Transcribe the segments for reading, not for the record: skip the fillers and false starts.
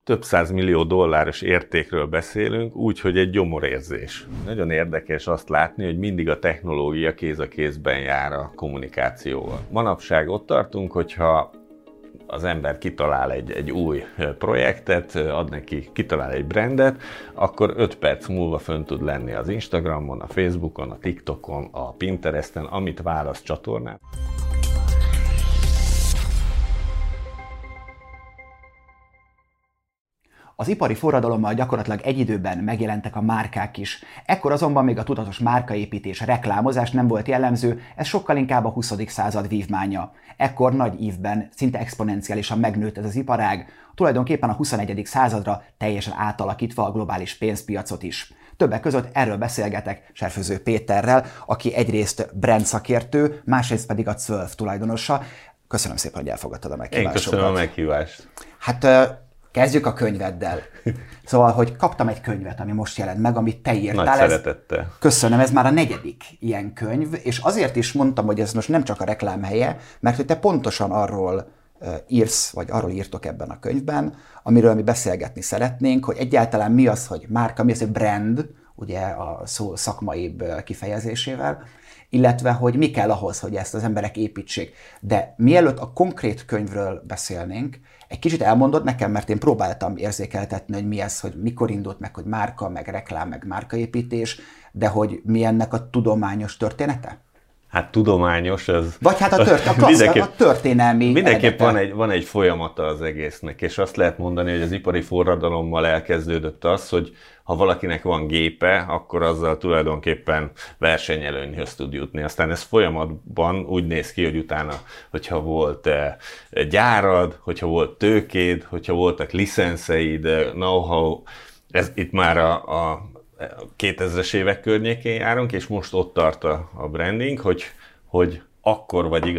több százmillió dolláros értékről beszélünk, úgyhogy egy gyomorérzés. Nagyon érdekes azt látni, hogy mindig a technológia kéz a kézben jár a kommunikációval. Manapság ott tartunk, hogyha az ember kitalál egy új projektet, ad neki, kitalál egy brandet, akkor 5 perc múlva fönn tud lenni az Instagramon, a Facebookon, a TikTokon, a Pinteresten, amit választ csatornán. Az ipari forradalommal gyakorlatilag egy időben megjelentek a márkák is. Ekkor azonban még a tudatos márkaépítés, reklámozás nem volt jellemző, ez sokkal inkább a 20. század vívmánya. Ekkor nagy ívben, szinte exponenciálisan megnőtt ez az iparág, tulajdonképpen a 21. századra teljesen átalakítva a globális pénzpiacot is. Többek között erről beszélgetek Serfőző Péterrel, aki egyrészt brand szakértő, másrészt pedig a Zwölf tulajdonosa. Köszönöm szépen, hogy elfogadtad a meghívásokat. Én köszönöm a meghívást. Kezdjük a könyveddel. Szóval, hogy kaptam egy könyvet, ami most jelent meg, amit te írtál. Nagy szeretettel. Köszönöm, ez már a 4. ilyen könyv, és azért is mondtam, hogy ez most nem csak a reklám helye, mert hogy te pontosan arról írsz, vagy arról írtok ebben a könyvben, amiről mi beszélgetni szeretnénk, hogy egyáltalán mi az, hogy márka, mi az, hogy brand, ugye a szó szakmaibb kifejezésével, illetve hogy mi kell ahhoz, hogy ezt az emberek építsék. De mielőtt a konkrét könyvről beszélnénk, egy kicsit elmondod nekem, mert én próbáltam érzékeltetni, hogy mi ez, hogy mikor indult meg, hogy márka, meg reklám, meg márkaépítés, de hogy mi ennek a tudományos története? Hát tudományos, ez... Vagy hát a történelmi... Mindenképp van egy folyamata az egésznek, és azt lehet mondani, hogy az ipari forradalommal elkezdődött az, hogy ha valakinek van gépe, akkor azzal tulajdonképpen versenyelőnyhöz tud jutni. Aztán ez folyamatban úgy néz ki, hogy utána, hogyha volt gyárad, hogyha volt tőkéd, hogyha voltak licenszeid, know-how, itt már a 2000-es évek környékén járunk, és most ott tart a branding, hogy akkor van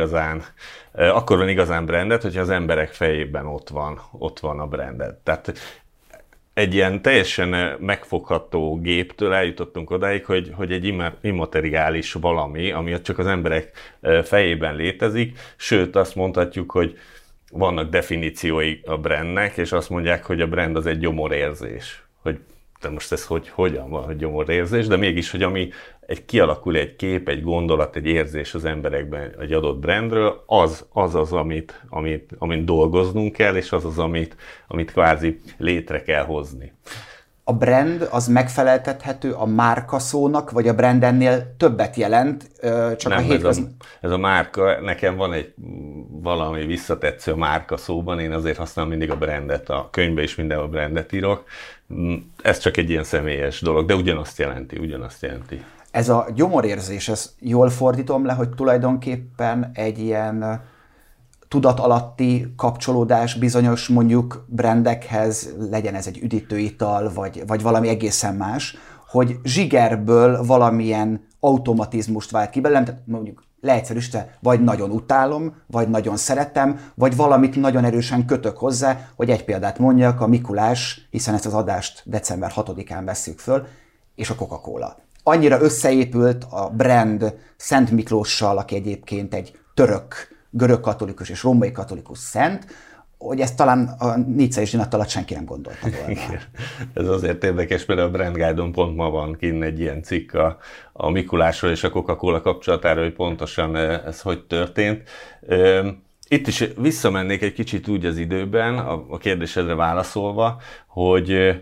igazán brandet, hogyha az emberek fejében ott van a brandet. Tehát egy ilyen teljesen megfogható géptől eljutottunk odáig, hogy egy immateriális valami, ami csak az emberek fejében létezik, sőt azt mondhatjuk, hogy vannak definíciói a brandnek, és azt mondják, hogy a brand az egy gyomorérzés. De most ez hogyan van, hogy gyomorérzés, de mégis, hogy ami kialakul egy kép, egy gondolat, egy érzés az emberekben egy adott brandről, az, amit dolgoznunk kell, és az, amit kvázi létre kell hozni. A brand az megfeleltethető a márka szónak, vagy a brand ennél többet jelent? Csak nem, ez a márka, nekem van egy valami visszatetsző a márka szóban, én azért használom mindig a brandet, a könyvben is mindenhol a brandet írok. Ez csak egy ilyen személyes dolog, de ugyanazt jelenti. Ez a gyomorérzés, ez jól fordítom le, hogy tulajdonképpen egy ilyen tudatalatti kapcsolódás bizonyos mondjuk brandekhez, legyen ez egy üdítőital, vagy valami egészen más, hogy zsigerből valamilyen automatizmust vált ki belőlem, tehát mondjuk leegyszerűsítve, vagy nagyon utálom, vagy nagyon szeretem, vagy valamit nagyon erősen kötök hozzá, hogy egy példát mondjak, a Mikulás, hiszen ezt az adást december 6-án vesszük föl, és a Coca-Cola. Annyira összeépült a brand Szent Miklóssal, aki egyébként egy török, görögkatolikus és római katolikus szent, hogy ezt talán a Nicei zsinat alatt senki nem gondolta volna. Igen. Ez azért érdekes, mert a Brand Guide-on pont ma van kinn egy ilyen cikk a Mikulásról és a Coca-Cola kapcsolatáról, hogy pontosan ez hogy történt. Itt is visszamennék egy kicsit úgy az időben, a kérdésedre válaszolva, hogy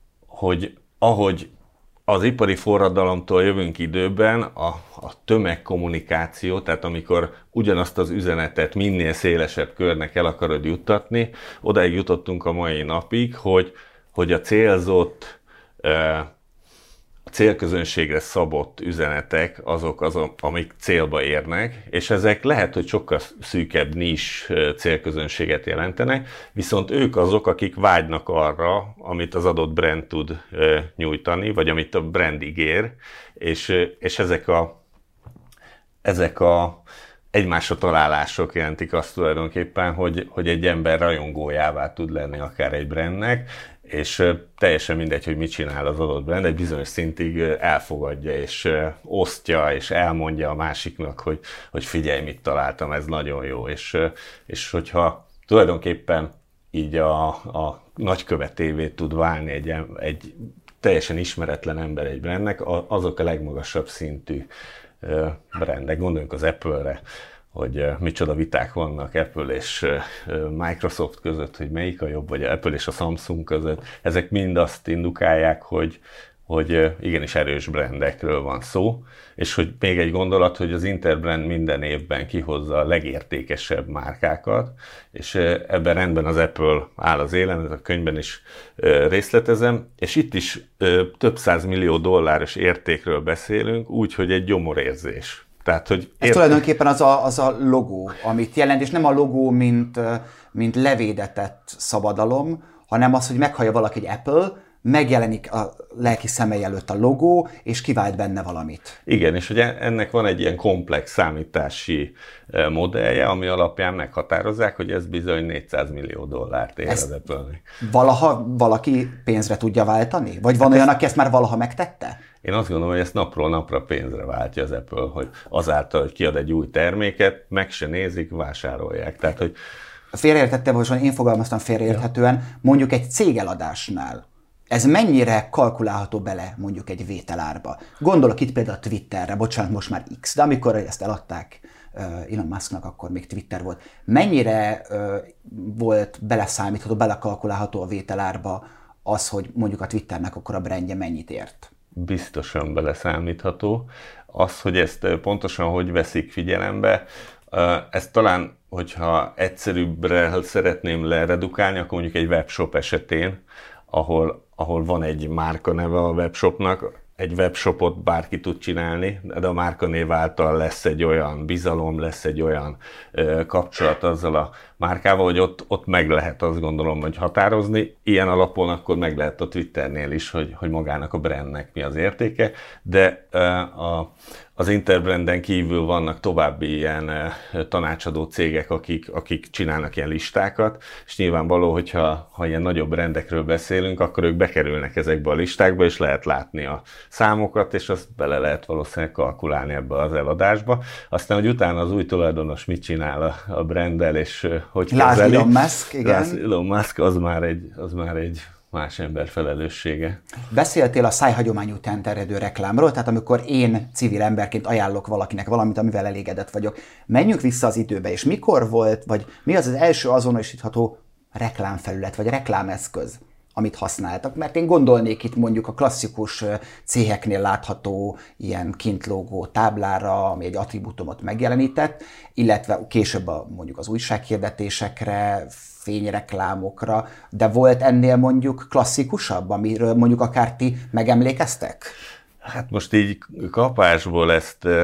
ahogy az ipari forradalomtól jövünk időben, a tömegkommunikáció, tehát amikor ugyanazt az üzenetet minél szélesebb körnek el akarod juttatni, odáig jutottunk a mai napig, hogy a célzott, a célközönségre szabott üzenetek azok, amik célba érnek, és ezek lehet, hogy sokkal szűkebb nis célközönséget jelentenek, viszont ők azok, akik vágynak arra, amit az adott brand tud nyújtani, vagy amit a brand ígér, és ezek a egymásra találások jelentik azt tulajdonképpen, hogy egy ember rajongójává tud lenni akár egy brandnek, és teljesen mindegy, hogy mit csinál az adott brand, egy bizonyos szintig elfogadja, és osztja, és elmondja a másiknak, hogy figyelj, mit találtam, ez nagyon jó. És hogyha tulajdonképpen így a nagykövetévé tud válni egy teljesen ismeretlen ember egy brandnek, azok a legmagasabb szintű brandek. Gondoljunk az Apple-re, hogy micsoda viták vannak Apple és Microsoft között, hogy melyik a jobb, vagy Apple és a Samsung között. Ezek mind azt indukálják, hogy igenis erős brandekről van szó, és hogy még egy gondolat, hogy az Interbrand minden évben kihozza a legértékesebb márkákat, és ebben rendben az Apple áll az élen, ez a könyvben is részletezem, és itt is több $100 millió értékről beszélünk, úgyhogy egy gyomorérzés. Tehát, hogy ez tulajdonképpen az a logó, amit jelent, és nem a logó, mint levédetett szabadalom, hanem az, hogy meghallja valaki egy Apple, megjelenik a lelki szemei előtt a logó, és kivált benne valamit. Igen, és ugye ennek van egy ilyen komplex számítási modellje, ami alapján meghatározzák, hogy ez bizony $400 millió ér az Apple-nek. Valaha valaki pénzre tudja váltani? Vagy van olyan, aki ezt már valaha megtette? Én azt gondolom, hogy ezt napról napra pénzre váltja az Apple, hogy azáltal, hogy kiad egy új terméket, meg se nézik, vásárolják. Tehát, hogy félreértettem, hogy én fogalmaztam félreérthetően, mondjuk egy cégeladásnál. Ez mennyire kalkulálható bele mondjuk egy vételárba? Gondolok itt például a Twitterre, bocsánat, most már X, de amikor ezt eladták Elon Musknak, akkor még Twitter volt. Mennyire volt beleszámítható, belekalkulálható a vételárba az, hogy mondjuk a Twitternek akkor a brandje mennyit ért? Biztosan beleszámítható. Az, hogy ezt pontosan hogy veszik figyelembe, ez talán, hogyha egyszerűbbre szeretném leredukálni, akkor mondjuk egy webshop esetén, ahol van egy márkaneve a webshopnak, egy webshopot bárki tud csinálni, de a márkanév által lesz egy olyan bizalom, lesz egy olyan kapcsolat azzal a márkával, hogy ott meg lehet, azt gondolom, hogy határozni. Ilyen alapon akkor meg lehet a Twitternél is, hogy magának a brandnek mi az értéke, de az Interbranden kívül vannak további ilyen tanácsadó cégek, akik csinálnak ilyen listákat, és nyilvánvaló, hogyha ilyen nagyobb brandekről beszélünk, akkor ők bekerülnek ezekbe a listákba, és lehet látni a számokat, és azt bele lehet valószínűleg kalkulálni ebbe az eladásba. Aztán, hogy utána az új tulajdonos mit csinál a branddel, és hogy kezeli. Elon Musk, igen. Elon Musk, az már egy más ember felelőssége. Beszéltél a szájhagyomány után terjedő reklámról, tehát amikor én civil emberként ajánlok valakinek valamit, amivel elégedett vagyok. Menjünk vissza az időbe, és mikor volt, vagy mi az első azonosítható reklámfelület, vagy reklámeszköz, amit használtak? Mert én gondolnék itt mondjuk a klasszikus cégeknél látható ilyen kintlógó táblára, ami egy attribútumot megjelenített, illetve később mondjuk az újsághirdetésekre, fényreklámokra, de volt ennél mondjuk klasszikusabb, amiről mondjuk akár ti megemlékeztek? Hát most így kapásból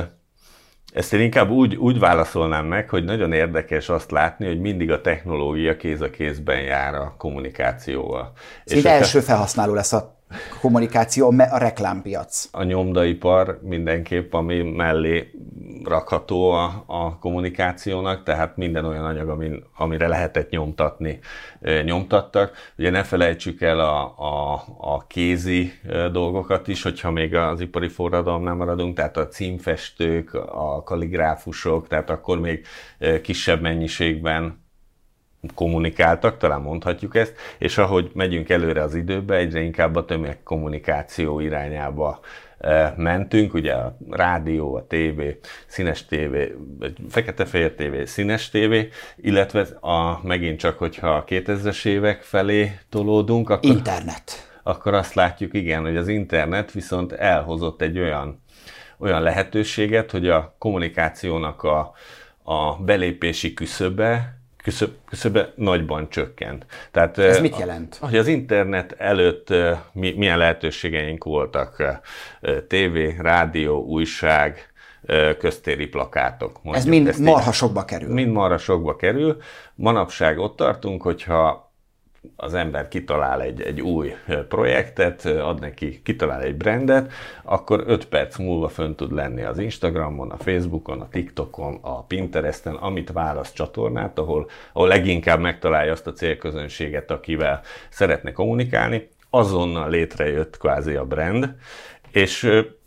ezt én inkább úgy válaszolnám meg, hogy nagyon érdekes azt látni, hogy mindig a technológia kéz a kézben jár a kommunikációval. Szinte első felhasználó lesz a kommunikáció, a reklámpiac. A nyomdaipar mindenképp, ami mellé rakható a kommunikációnak, tehát minden olyan anyag, amire lehetett nyomtatni, nyomtattak. Ugye ne felejtsük el a kézi dolgokat is, hogyha még az ipari forradalomnál maradunk, tehát a címfestők, a kalligráfusok, tehát akkor még kisebb mennyiségben kommunikáltak, talán mondhatjuk ezt, és ahogy megyünk előre az időbe, egyre inkább a tömegkommunikáció irányába mentünk, ugye a rádió, a tévé, színes tévé, fekete-fehér tévé, színes tévé, illetve megint csak, hogyha a 2000-es évek felé tolódunk, akkor internet. Akkor azt látjuk, igen, hogy az internet viszont elhozott egy olyan lehetőséget, hogy a kommunikációnak a belépési küszöbe nagyban csökkent. Tehát, ez mit jelent? Hogy az internet előtt milyen lehetőségeink voltak? Tévé, rádió, újság, köztéri plakátok. Ez mind marha sokba kerül. Mind marha sokba kerül. Manapság ott tartunk, hogyha az ember kitalál egy új projektet, ad neki, kitalál egy brandet, akkor 5 perc múlva fönn tud lenni az Instagramon, a Facebookon, a TikTokon, a Pinteresten, amit választ csatornát, ahol leginkább megtalálja azt a célközönséget, akivel szeretne kommunikálni. Azonnal létrejött kvázi a brand, és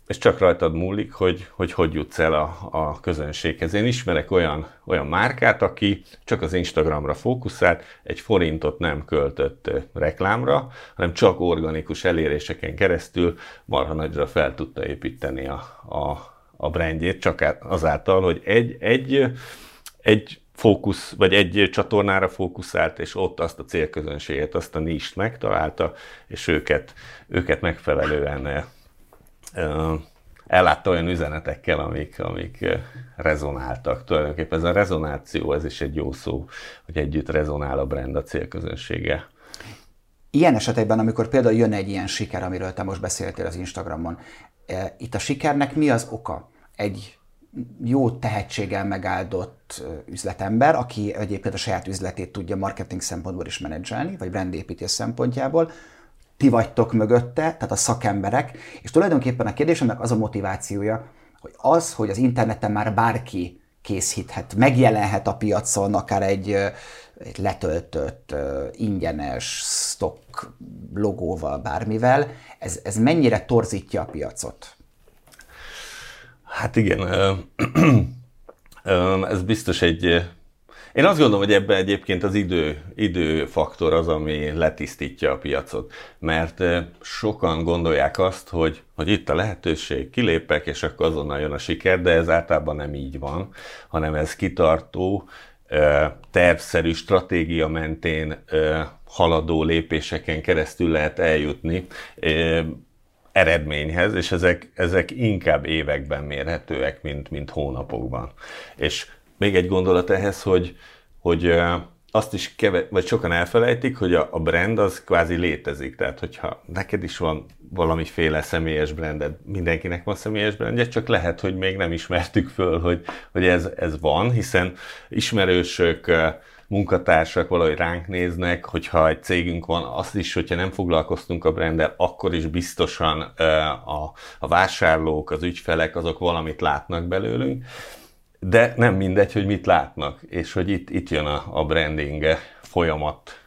és csak rajtad múlik, hogy jutsz el a közönséghez. Én ismerek olyan márkát, aki csak az Instagramra fókuszált, egy forintot nem költött reklámra, hanem csak organikus eléréseken keresztül marha nagyra fel tudta építeni a brandjét, csak azáltal, hogy egy fókusz, vagy egy csatornára fókuszált, és ott azt a célközönséget, azt a nist megtalálta, és őket megfelelően ellátta olyan üzenetekkel, amik rezonáltak. Tulajdonképpen ez a rezonáció, ez is egy jó szó, hogy együtt rezonál a brand a célközönséggel. Ilyen esetekben, amikor például jön egy ilyen siker, amiről te most beszéltél az Instagramon, itt a sikernek mi az oka? Egy jó tehetséggel megáldott üzletember, aki egyébként a saját üzletét tudja marketing szempontból is menedzselni, vagy brandépítés szempontjából, ti vagytok mögötte, tehát a szakemberek, és tulajdonképpen a kérdésemnek az a motivációja, hogy az interneten már bárki készíthet, megjelenhet a piacon, akár egy letöltött, ingyenes stock logóval, bármivel, ez mennyire torzítja a piacot? Hát igen, ez biztos Én azt gondolom, hogy ebben egyébként az időfaktor az, ami letisztítja a piacot. Mert sokan gondolják azt, hogy itt a lehetőség, kilépek, és akkor azonnal jön a siker, de ez általában nem így van, hanem ez kitartó, tervszerű stratégia mentén haladó lépéseken keresztül lehet eljutni eredményhez, és ezek inkább években mérhetőek, mint hónapokban. És még egy gondolat ehhez, hogy azt is vagy sokan elfelejtik, hogy a brand az kvázi létezik. Tehát, hogyha neked is van valamiféle személyes branded, mindenkinek van személyes brandje, csak lehet, hogy még nem ismertük föl, hogy ez van, hiszen ismerősök, munkatársak valahogy ránk néznek, hogyha egy cégünk van, azt is, hogyha nem foglalkoztunk a branddel, akkor is biztosan a vásárlók, az ügyfelek, azok valamit látnak belőlünk. De nem mindegy, hogy mit látnak, és hogy itt jön a branding folyamat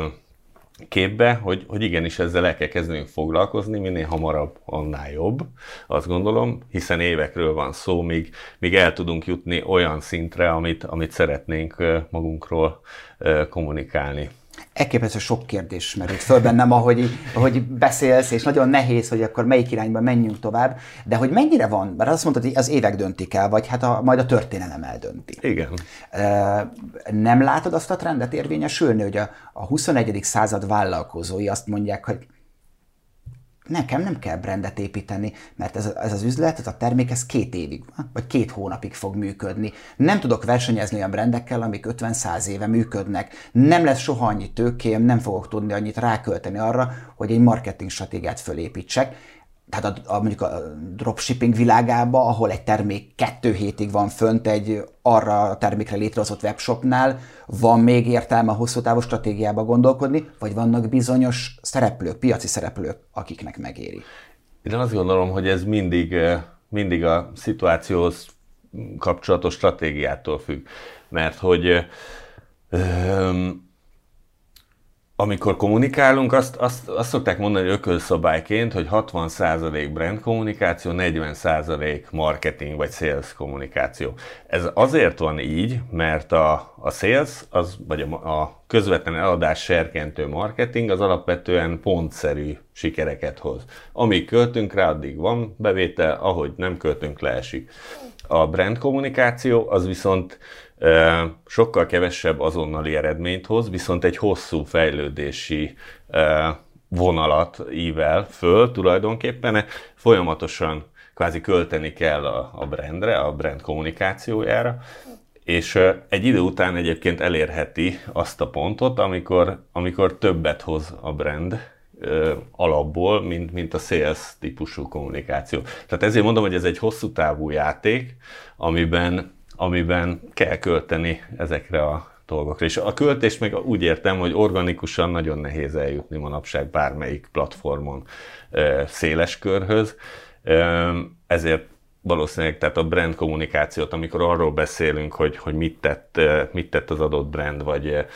képbe, hogy igenis ezzel el kell kezdenünk foglalkozni, minél hamarabb, annál jobb, azt gondolom, hiszen évekről van szó, míg el tudunk jutni olyan szintre, amit szeretnénk magunkról kommunikálni. Elképesztő sok kérdés merült föl bennem, ahogy beszélsz, és nagyon nehéz, hogy akkor melyik irányba menjünk tovább, de hogy mennyire van, mert azt mondtad, hogy az évek döntik el, vagy hát majd a történelem eldönti. Igen. Nem látod azt a trendet érvényesülni, hogy a 21. század vállalkozói azt mondják, hogy nekem nem kell brandet építeni, mert ez az üzlet, ez a termék, ez 2 évig, vagy 2 hónapig fog működni. Nem tudok versenyezni olyan brandekkel, amik 50-100 éve működnek. Nem lesz soha annyi tőkém, nem fogok tudni annyit rákölteni arra, hogy egy marketing stratégiát fölépítsek. Tehát mondjuk a dropshipping világában, ahol egy termék 2 hétig van fönt egy arra a termékre létrehozott webshopnál, van még értelme a hosszú távú stratégiába gondolkodni, vagy vannak bizonyos szereplők, piaci szereplők, akiknek megéri? Én azt gondolom, hogy ez mindig a szituációhoz kapcsolatos stratégiától függ. Mert hogy amikor kommunikálunk, azt szokták mondani ökölszabályként, hogy 60% brand kommunikáció, 40% marketing vagy sales kommunikáció. Ez azért van így, mert a sales, vagy a közvetlen eladás serkentő marketing az alapvetően pontszerű sikereket hoz. Amíg költünk rá, addig van bevétel, ahogy nem költünk, leesik. A brand kommunikáció az viszont sokkal kevesebb azonnali eredményt hoz, viszont egy hosszú fejlődési vonalat ível föl tulajdonképpen. Folyamatosan kvázi költeni kell a brandre, a brand kommunikációjára, és egy idő után egyébként elérheti azt a pontot, amikor többet hoz a brand alapból, mint a sales típusú kommunikáció. Tehát ezért mondom, hogy ez egy hosszú távú játék, amiben kell költeni ezekre a dolgokra. És a költést meg úgy értem, hogy organikusan nagyon nehéz eljutni manapság bármelyik platformon széles körhöz. Ezért valószínűleg tehát a brand kommunikációt, amikor arról beszélünk, hogy mit tett az adott brand, vagy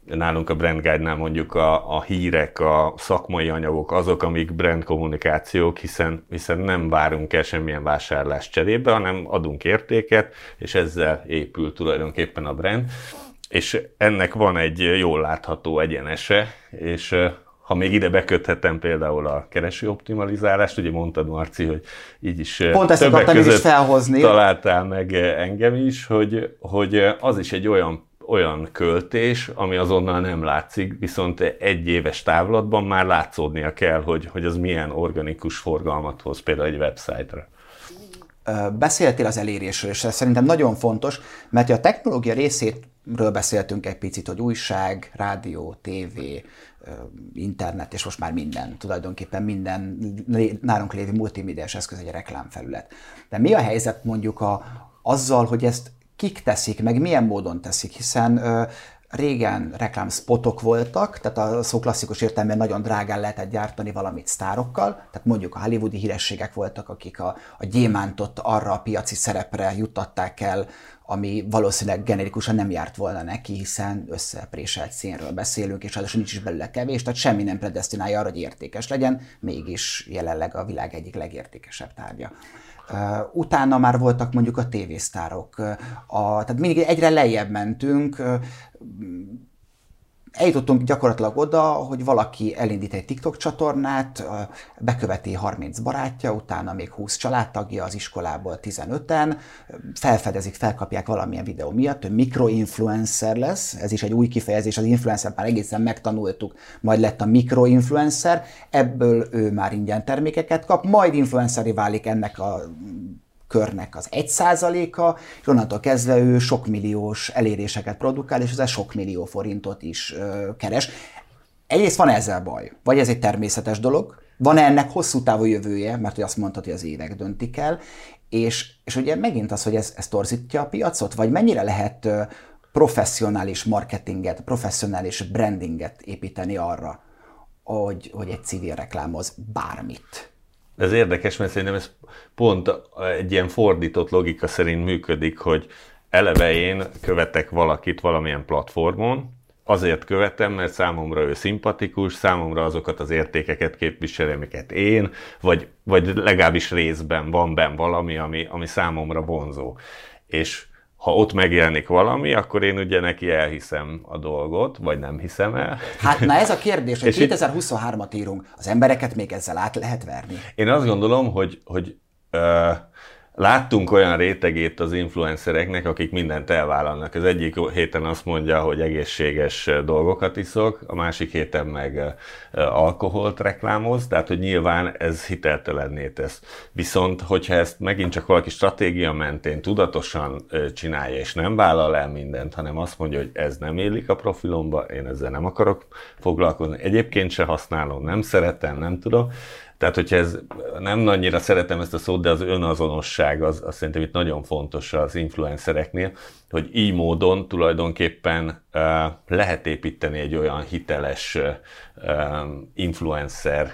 nálunk a Brand Guide-nál mondjuk a hírek, a szakmai anyagok azok, amik brand kommunikációk, hiszen nem várunk el semmilyen vásárlást cserébe, hanem adunk értéket, és ezzel épül tulajdonképpen a brand. És ennek van egy jól látható egyenese, és ha még ide beköthetem például a keresőoptimalizálást, ugye mondtad, Marci, hogy így is pont ezt többek akartam között is felhozni. Találtál meg engem is, hogy az is egy olyan költés, ami azonnal nem látszik, viszont egy éves távlatban már látszódnia kell, hogy az milyen organikus forgalmat hoz például egy website-ra. Beszéltél az elérésről, és ez szerintem nagyon fontos, mert a technológia részéről beszéltünk egy picit, hogy újság, rádió, tévé, internet, és most már minden, tulajdonképpen minden nálunk lévő multimédiás eszköz egy reklámfelület. De mi a helyzet mondjuk azzal, hogy ezt kik teszik, meg milyen módon teszik, hiszen régen reklámspotok voltak, tehát a szó klasszikus értelemben nagyon drágán lehetett gyártani valamit sztárokkal, tehát mondjuk a hollywoodi hírességek voltak, akik a gyémántot arra a piaci szerepre juttatták el, ami valószínűleg generikusan nem járt volna neki, hiszen összepréselt színről beszélünk, és ráadásul nincs is belőle kevés, tehát semmi nem predesztinálja arra, hogy értékes legyen, mégis jelenleg a világ egyik legértékesebb tárgya. Utána már voltak mondjuk a tévésztárok, tehát mindig egyre lejjebb mentünk, eljutottunk gyakorlatilag oda, hogy valaki elindít egy TikTok csatornát, beköveti 30 barátja, utána még 20 családtagja, az iskolából 15-en, felfedezik, felkapják valamilyen videó miatt, hogy mikroinfluencer lesz, ez is egy új kifejezés, az influencer már egészen megtanultuk, majd lett a mikroinfluencer, ebből ő már ingyen termékeket kap, majd influenceré válik ennek a körnek az 1%-a, és onnantól kezdve ő sok milliós eléréseket produkál, és ezzel sok millió forintot is keres. Egyrészt van ezzel baj, vagy ez egy természetes dolog, van ennek hosszú távú jövője, mert hogy azt mondtad, hogy az évek döntik el, és ugye megint az, hogy ez torzítja a piacot, vagy mennyire lehet professzionális marketinget, professzionális brandinget építeni arra, hogy egy civil reklámoz bármit. Ez érdekes, mert szerintem ez pont egy ilyen fordított logika szerint működik, hogy eleve én követek valakit valamilyen platformon, azért követem, mert számomra ő szimpatikus, számomra azokat az értékeket képviseli, amiket én, vagy legalábbis részben van benne valami, ami számomra vonzó. És ha ott megjelenik valami, akkor én ugye neki elhiszem a dolgot, vagy nem hiszem el. Hát na ez a kérdés, hogy 2023-at írunk, az embereket még ezzel át lehet verni? Én azt gondolom, hogy láttunk olyan rétegét az influencereknek, akik mindent elvállalnak. Az egyik héten azt mondja, hogy egészséges dolgokat iszok, a másik héten meg alkoholt reklámoz, tehát hogy nyilván ez hiteltelenné tesz. Viszont, hogyha ezt megint csak valaki stratégia mentén tudatosan csinálja, és nem vállal el mindent, hanem azt mondja, hogy ez nem illik a profilomba, én ezzel nem akarok foglalkozni, egyébként se használom, nem szeretem, nem tudom. Tehát, hogyha nem annyira szeretem ezt a szót, de az önazonosság az szerintem itt nagyon fontos az influencereknél, hogy így módon tulajdonképpen lehet építeni egy olyan hiteles influencer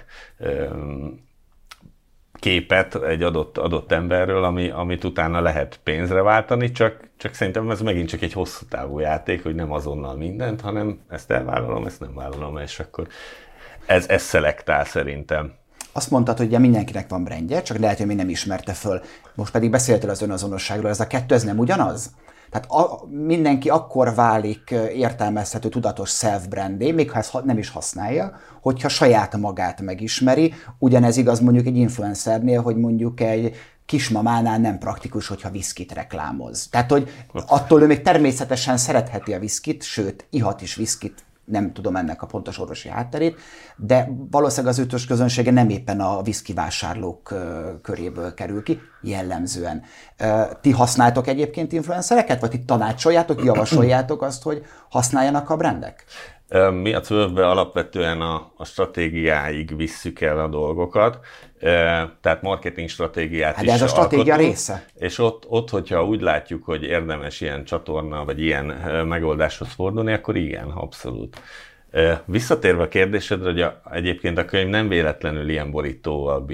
képet egy adott emberről, amit utána lehet pénzre váltani, csak szerintem ez megint csak egy hosszú távú játék, hogy nem azonnal mindent, hanem ezt elvállalom, ezt nem vállalom, és akkor ez szelektál szerintem. Azt mondtad, hogy ugye mindenkinek van brandje, csak lehet, hogy még nem ismerte föl. Most pedig beszéltél az önazonosságról, ez a kettő, ez nem ugyanaz? Tehát mindenki akkor válik értelmezhető, tudatos self-brandé, még ha ezt nem is használja, hogyha saját magát megismeri. Ugyanez igaz mondjuk egy influencernél, hogy mondjuk egy kismamánál nem praktikus, hogyha viszkit reklámoz. Tehát, hogy attól ő még természetesen szeretheti a viszkit, sőt, ihat is viszkit, nem tudom ennek a pontos orvosi hátterét, de valószínűleg az ütős közönsége nem éppen a viszki vásárlók köréből kerül ki, jellemzően. Ti használtok egyébként influencereket, vagy ti tanácsoljátok, javasoljátok azt, hogy használjanak a brandek? Mi a Twölfbe alapvetően a stratégiáig visszük el a dolgokat, tehát marketing stratégiát is de ez a stratégia alkotunk, része. És ott, hogyha úgy látjuk, hogy érdemes ilyen csatorna, vagy ilyen megoldáshoz fordulni, akkor igen, abszolút. Visszatérve a kérdésedre, hogy egyébként a könyv nem véletlenül ilyen borítóval bír,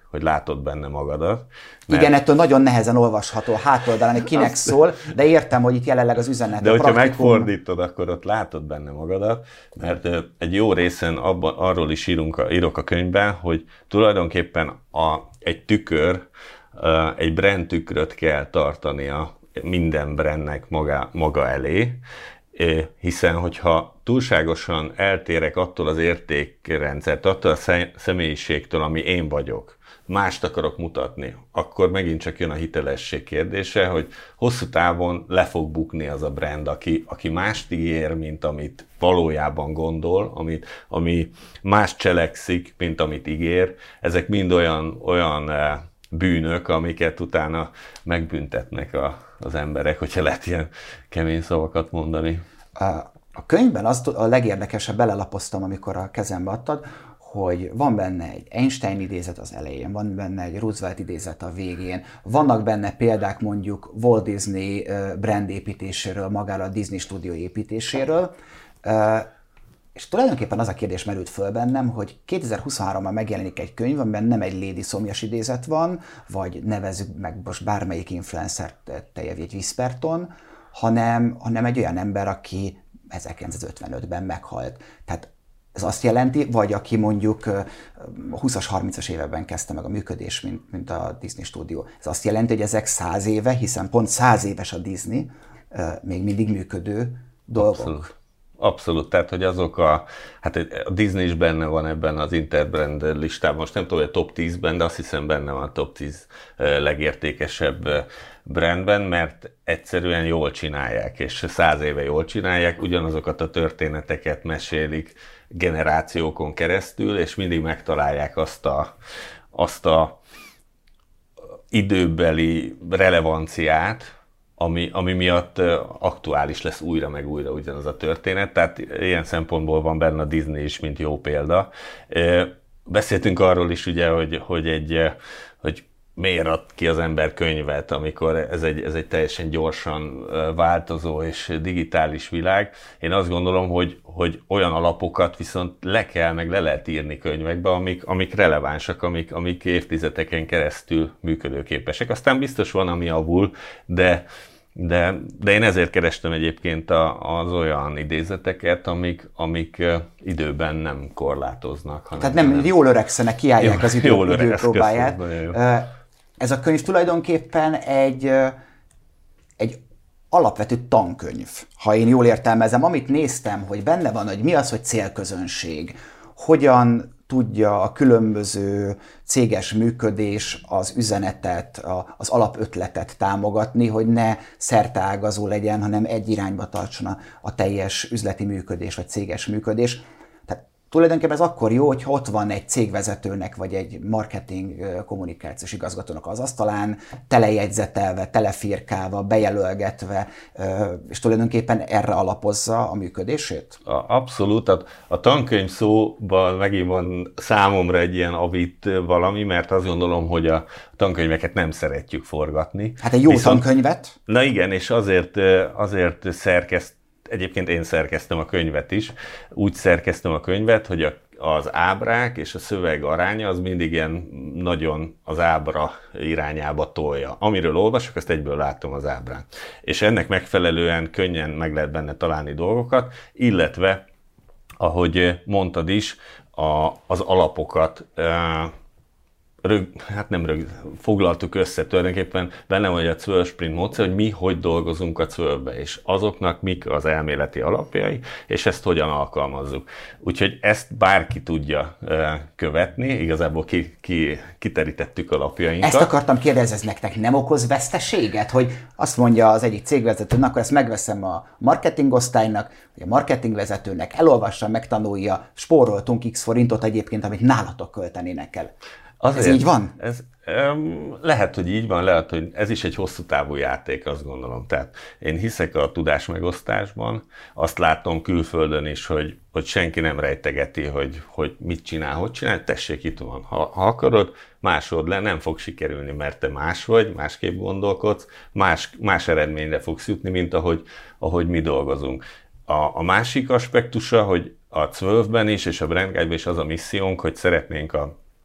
hogy látod benne magadat. Igen, ettől nagyon nehezen olvasható a hátoldalán, hogy kinek szól, de értem, hogy itt jelenleg az üzenet. De hogyha megfordítod, akkor ott látod benne magadat, mert egy jó részen arról is írok a könyvben, hogy tulajdonképpen egy tükör, egy brand tükröt kell tartania minden brandnek maga elé, hiszen hogyha túlságosan eltérek attól az értékrendszert, attól a személyiségtől, ami én vagyok, mást akarok mutatni, akkor megint csak jön a hitelesség kérdése, hogy hosszú távon le fog bukni az a brand, aki mást ígér, mint amit valójában gondol, ami más cselekszik, mint amit ígér. Ezek mind olyan bűnök, amiket utána megbüntetnek az emberek, hogyha lehet ilyen kemény szavakat mondani. A könyvben a legérdekesebb, belelapoztam, amikor a kezembe adtad, hogy van benne egy Einstein idézet az elején, van benne egy Roosevelt idézet a végén, vannak benne példák mondjuk Walt Disney brand építéséről, magára a Disney stúdió építéséről, és tulajdonképpen az a kérdés merült föl bennem, hogy 2023-ban megjelenik egy könyv, amiben nem egy Lady Szomjas idézet van, vagy nevezzük meg most bármelyik influencer egy Whisperton, hanem egy olyan ember, aki 1955-ben meghalt. Tehát ez azt jelenti, vagy aki mondjuk 20-as, 30-as években kezdte meg a működés, mint a Disney stúdió. Ez azt jelenti, hogy ezek 100 éve, hiszen pont 100 éves a Disney, még mindig működő dolgok. Abszolút, tehát hogy hát a Disney is benne van ebben az Interbrand listában, most nem tudom, hogy a top 10-ben, de azt hiszem benne van a top 10 legértékesebb brandben, mert egyszerűen jól csinálják, és 100 éve jól csinálják, ugyanazokat a történeteket mesélik generációkon keresztül, és mindig megtalálják azt a időbeli relevanciát, ami miatt aktuális lesz újra meg újra ugyanaz a történet, tehát ilyen szempontból van benne a Disney is, mint jó példa. Beszéltünk arról is ugye, hogy miért ad ki az ember könyvet, amikor ez egy teljesen gyorsan változó és digitális világ. Én azt gondolom, hogy olyan alapokat viszont le lehet írni könyvekbe, amik relevánsak, amik évtizedeken keresztül működőképesek. Aztán biztos van, ami avul, de én ezért kerestem egyébként az olyan idézeteket, amik időben nem korlátoznak. Tehát nem jól öregszenek, kiállják az idő próbáját. Ez a könyv tulajdonképpen egy alapvető tankönyv, ha én jól értelmezem. Amit néztem, hogy benne van, hogy mi az, hogy célközönség, hogyan tudja a különböző céges működés az üzenetet, az alapötletet támogatni, hogy ne szerteágazó legyen, hanem egy irányba tartson a teljes üzleti működés vagy céges működés. Tehát tulajdonképpen ez akkor jó, hogyha ott van egy cégvezetőnek vagy egy marketing kommunikációs igazgatónak az asztalán, telejegyzetelve, telefirkálva, bejelölgetve, és tulajdonképpen erre alapozza a működését? Abszolút. A tankönyv szóban megint van számomra egy ilyen avit valami, mert azt gondolom, hogy a tankönyveket nem szeretjük forgatni. Hát egy jó tankönyvet? Na igen, és azért egyébként én szerkeztem a könyvet is. Úgy szerkeztem a könyvet, hogy az ábrák és a szöveg aránya az mindig ilyen nagyon az ábra irányába tolja. Amiről olvasok, azt egyből látom az ábrán. És ennek megfelelően könnyen meg lehet benne találni dolgokat, illetve, ahogy mondtad is, az alapokat foglaltuk össze tulajdonképpen, benne van a 12 sprint módszer, hogy mi hogy dolgozunk a 12-be, és azoknak mik az elméleti alapjai, és ezt hogyan alkalmazzuk. Úgyhogy ezt bárki tudja követni, igazából kiterítettük alapjainkat. Ezt akartam kérdezni, ez nektek nem okoz veszteséget, hogy azt mondja az egyik cégvezető, akkor ezt megveszem a marketingosztálynak, vagy a marketingvezetőnek, elolvassa, megtanulja, spóroltunk x forintot egyébként, amit nálatok költenének el. Ez így van? Lehet, hogy így van, lehet, hogy ez is egy hosszú távú játék, azt gondolom. Tehát én hiszek a tudásmegosztásban, azt látom külföldön is, hogy senki nem rejtegeti, hogy mit csinál, hogy csinál, tessék, itt van. Ha akarod, másolod le, nem fog sikerülni, mert te más vagy, másképp gondolkodsz, más eredményre fogsz jutni, mint ahogy mi dolgozunk. A másik aspektusa, hogy a 12-ben is, és a Brand Guide-ben is az a missziónk, hogy szeretnénk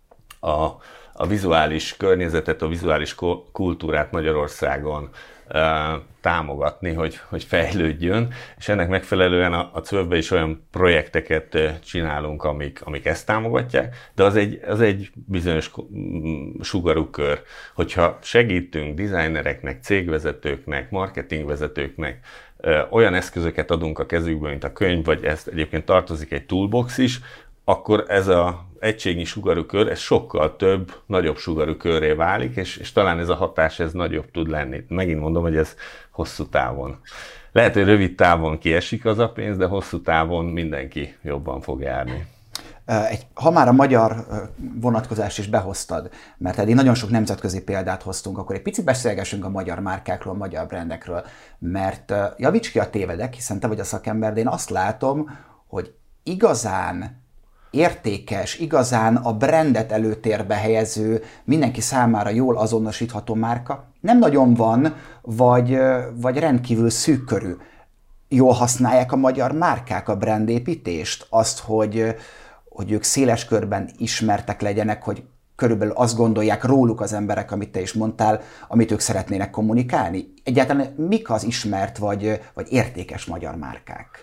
a vizuális környezetet, a vizuális kultúrát Magyarországon támogatni, hogy fejlődjön, és ennek megfelelően a CWÖV-be is olyan projekteket csinálunk, amik ezt támogatják, de az egy bizonyos sugarú kör. Hogyha segítünk designereknek, cégvezetőknek, marketingvezetőknek, olyan eszközöket adunk a kezükbe, mint a könyv, vagy ezt egyébként tartozik egy toolbox is, akkor ez az egységnyi sugarú kör, ez sokkal több, nagyobb sugarú körré válik, és talán ez a hatás ez nagyobb tud lenni. Megint mondom, hogy ez hosszú távon. Lehet, hogy rövid távon kiesik az a pénz, de hosszú távon mindenki jobban fog járni. Ha már a magyar vonatkozást is behoztad, mert eddig nagyon sok nemzetközi példát hoztunk, akkor egy picit beszélgessünk a magyar márkákról, a magyar brandekről, mert javíts ki, a tévedek, hiszen te vagy a szakember, de én azt látom, hogy igazán értékes, igazán a brandet előtérbe helyező, mindenki számára jól azonosítható márka nem nagyon van, vagy rendkívül szűkkörű. Jól használják a magyar márkák a brandépítést, azt, hogy ők széles körben ismertek legyenek, hogy körülbelül azt gondolják róluk az emberek, amit te is mondtál, amit ők szeretnének kommunikálni. Egyáltalán mik az ismert vagy értékes magyar márkák?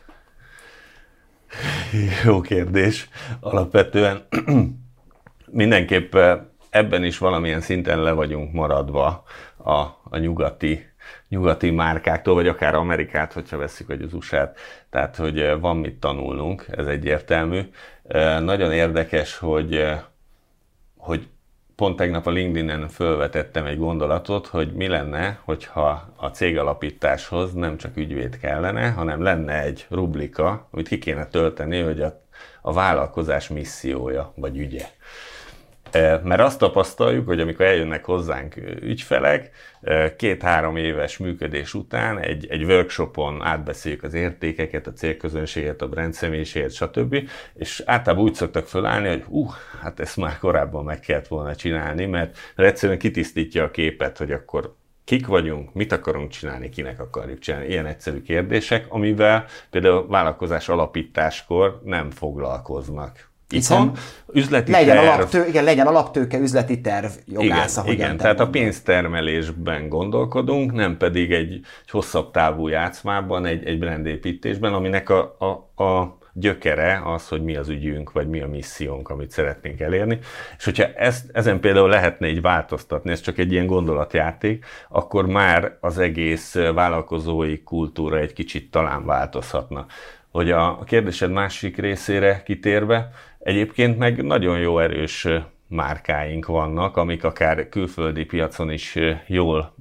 Jó kérdés. Alapvetően mindenképp ebben is valamilyen szinten le vagyunk maradva a nyugati márkáktól, vagy akár Amerikát, hogyha vesszük, vagy az USA-t. Tehát, hogy van mit tanulnunk, ez egyértelmű. Nagyon érdekes, hogy pont tegnap a LinkedIn-en felvetettem egy gondolatot, hogy mi lenne, hogyha a cégalapításhoz nem csak ügyvéd kellene, hanem lenne egy rubrika, amit ki kéne tölteni, hogy a vállalkozás missziója vagy ügye. Mert azt tapasztaljuk, hogy amikor eljönnek hozzánk ügyfelek, 2-3 éves működés után egy workshopon átbeszéljük az értékeket, a célközönséget, a brand személyiséget, stb. És általában úgy szoktak fölállni, hogy hát ezt már korábban meg kellett volna csinálni, mert egyszerűen kitisztítja a képet, hogy akkor kik vagyunk, mit akarunk csinálni, kinek akarjuk csinálni. Ilyen egyszerű kérdések, amivel például a vállalkozás alapításkor nem foglalkoznak. Itthon üzleti legyen alaptőke, üzleti terv, jogász, igen, tehát a pénztermelésben gondolkodunk, nem pedig egy hosszabb távú játszmában, egy brandépítésben, aminek a gyökere az, hogy mi az ügyünk, vagy mi a missziónk, amit szeretnénk elérni. És hogyha ezen például lehetne így változtatni, ez csak egy ilyen gondolatjáték, akkor már az egész vállalkozói kultúra egy kicsit talán változhatna. Hogy a kérdésed másik részére kitérve, egyébként meg nagyon jó erős márkáink vannak, amik akár külföldi piacon is jól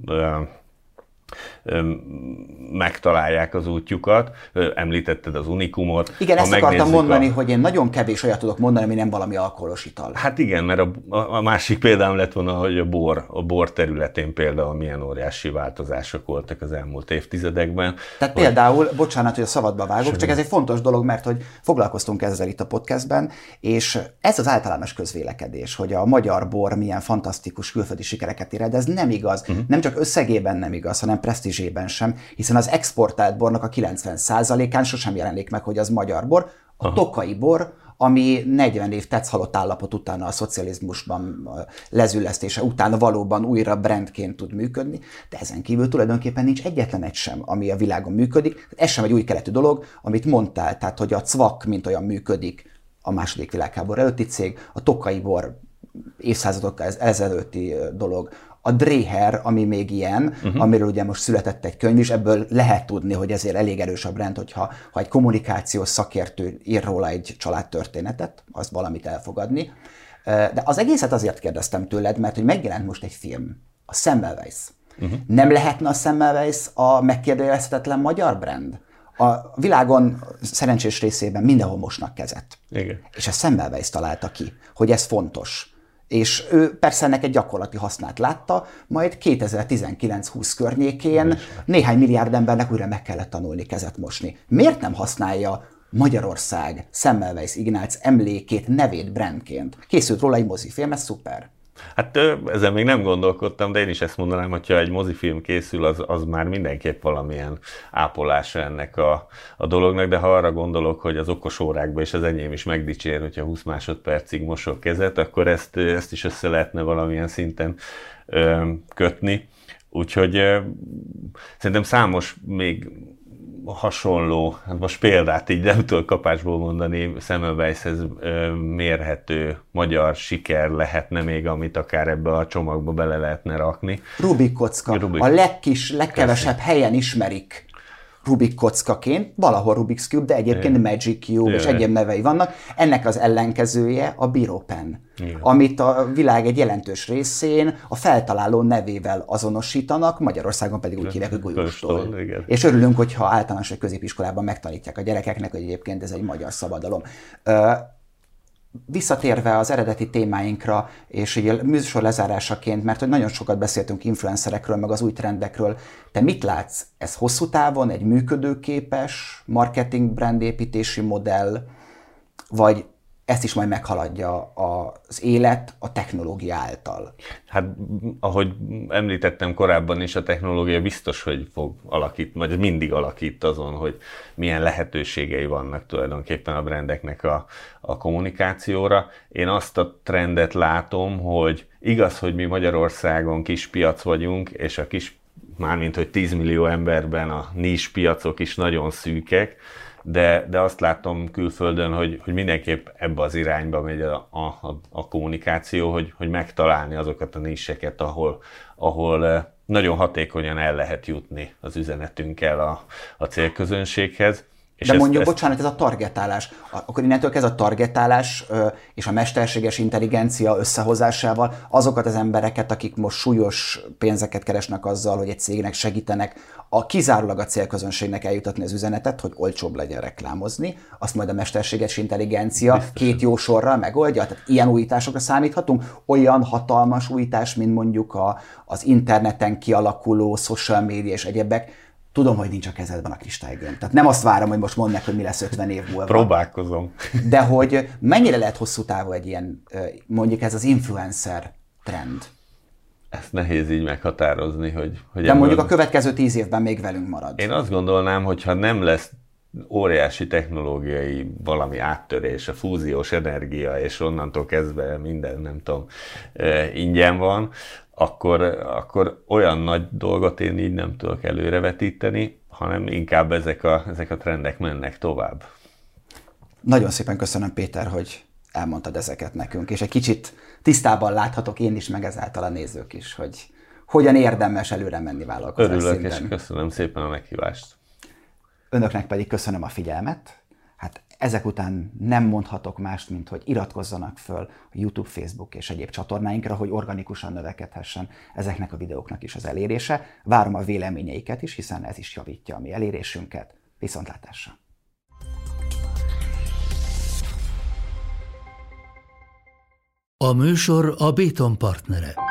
megtalálják az útjukat. Említetted az Unikumot. Igen, ezt akartam mondani, hogy én nagyon kevés olyat tudok mondani, ami nem valami alkoholos ital. Hát igen, mert a másik példám lett volna, hogy a bor területén például milyen óriási változások voltak az elmúlt évtizedekben. Tehát például, bocsánat, hogy a szabadba vágok, csak ez egy fontos dolog, mert hogy foglalkoztunk ezzel itt a podcastben, és ez az általános közvélekedés, hogy a magyar bor milyen fantasztikus külföldi sikereket ér, de ez nem igaz. Nem csak összegében nem igaz, hanem presztízsében sem, hiszen az exportált bornak a 90%-án sosem jelenik meg, hogy az magyar bor. A tokai bor, ami 40 év tetszhalott állapot után a szocializmusban lezüllesztése után valóban újra brandként tud működni, de ezen kívül tulajdonképpen nincs egyetlen egy sem, ami a világon működik. Ez sem egy új keletű dolog, amit mondtál, tehát hogy a CWAK mint olyan működik, a II. Világháború előtti cég, a tokai bor évszázadokkal ezelőtti dolog, a Dreher, ami még ilyen, amiről ugye most született egy könyv is, ebből lehet tudni, hogy ezért elég erős a brand, hogyha egy kommunikációs szakértő ír róla egy családtörténetet, azt valamit elfogadni. De az egészet azért kérdeztem tőled, mert hogy megjelent most egy film, a Semmelweis. Nem lehetne a Semmelweis a megkérdőjelezhetetlen magyar brand? A világon szerencsés részében mindenhol mosnak kezet. Igen. És a Semmelweis találta ki, hogy ez fontos. És ő persze ennek egy gyakorlati hasznát látta, majd 2019-20 környékén néhány milliárd embernek újra meg kellett tanulni kezet mosni. Miért nem használja Magyarország Semmelweis Ignác emlékét, nevét brandként? Készült róla egy mozifilm, ez szuper. Hát ezen még nem gondolkodtam, de én is ezt mondanám, hogyha egy mozifilm készül, az már mindenképp valamilyen ápolása ennek a dolognak, de ha arra gondolok, hogy az okos órákban, és az enyém is megdicsér, hogyha 20 másodpercig mosok kezet, akkor ezt is össze lehetne valamilyen szinten kötni. Úgyhogy szerintem számos még hasonló, hát most példát így nem tudok kapásból mondani, Semmelweishez mérhető magyar siker lehetne még, amit akár ebbe a csomagba bele lehetne rakni. Rubik kocka. A legkevesebb helyen ismerik Rubik kockaként, valahol Rubik's Cube, de egyébként Magic Cube és egyéb nevei vannak. Ennek az ellenkezője a Biro Pen, amit a világ egy jelentős részén a feltaláló nevével azonosítanak, Magyarországon pedig úgy hívják, hogy golyóstól. És örülünk, hogyha általános vagy középiskolában megtanítják a gyerekeknek, hogy egyébként ez egy magyar szabadalom. Visszatérve az eredeti témáinkra, és így a műsor lezárásaként, mert hogy nagyon sokat beszéltünk influencerekről, meg az új trendekről, te mit látsz? Ez hosszú távon egy működőképes marketing brandépítési modell, vagy ezt is majd meghaladja az élet a technológia által? Hát, ahogy említettem korábban is, a technológia biztos, hogy fog alakítani, vagy mindig alakít azon, hogy milyen lehetőségei vannak tulajdonképpen a brandeknek a kommunikációra. Én azt a trendet látom, hogy igaz, hogy mi Magyarországon kis piac vagyunk, és mármint, hogy 10 millió emberben a nis piacok is nagyon szűkek, de azt látom külföldön, hogy mindenképp ebbe az irányba megy a kommunikáció, hogy megtalálni azokat a niseket, ahol nagyon hatékonyan el lehet jutni az üzenetünkkel a célközönséghez. De mondjuk, bocsánat, ez a targetálás. Akkor innentől kezd a targetálás és a mesterséges intelligencia összehozásával azokat az embereket, akik most súlyos pénzeket keresnek azzal, hogy egy cégnek segítenek kizárólag a célközönségnek eljutatni az üzenetet, hogy olcsóbb legyen reklámozni, azt majd a mesterséges intelligencia biztosan 2 jó sorral megoldja. Tehát ilyen újításokra számíthatunk? Olyan hatalmas újítás, mint mondjuk az interneten kialakuló social media és egyebek. Tudom, hogy nincs a kezedben a kristálygömb. Tehát nem azt várom, hogy most mondd meg, hogy mi lesz 50 év múlva. Próbálkozom. De hogy mennyire lehet hosszú távú egy ilyen, mondjuk ez az influencer trend? Ezt nehéz így meghatározni, hogy de mondjuk a következő 10 évben még velünk marad. Én azt gondolnám, hogy ha nem lesz óriási technológiai valami áttörés, a fúziós energia, és onnantól kezdve minden, nem tudom, ingyen van, akkor olyan nagy dolgot én így nem tudok előrevetíteni, hanem inkább ezek a trendek mennek tovább. Nagyon szépen köszönöm, Péter, hogy elmondtad ezeket nekünk, és egy kicsit tisztában láthatok én is, meg ezáltal a nézők is, hogy hogyan érdemes előre menni vállalkozás Örülök, szinten. és köszönöm szépen a meghívást. Önöknek pedig köszönöm a figyelmet. Hát ezek után nem mondhatok mást, mint hogy iratkozzanak föl a YouTube, Facebook és egyéb csatornáinkra, hogy organikusan növekedhessen ezeknek a videóknak is az elérése. Várom a véleményeiket is, hiszen ez is javítja a mi elérésünket. Viszontlátásra! A műsor a Béton partnere.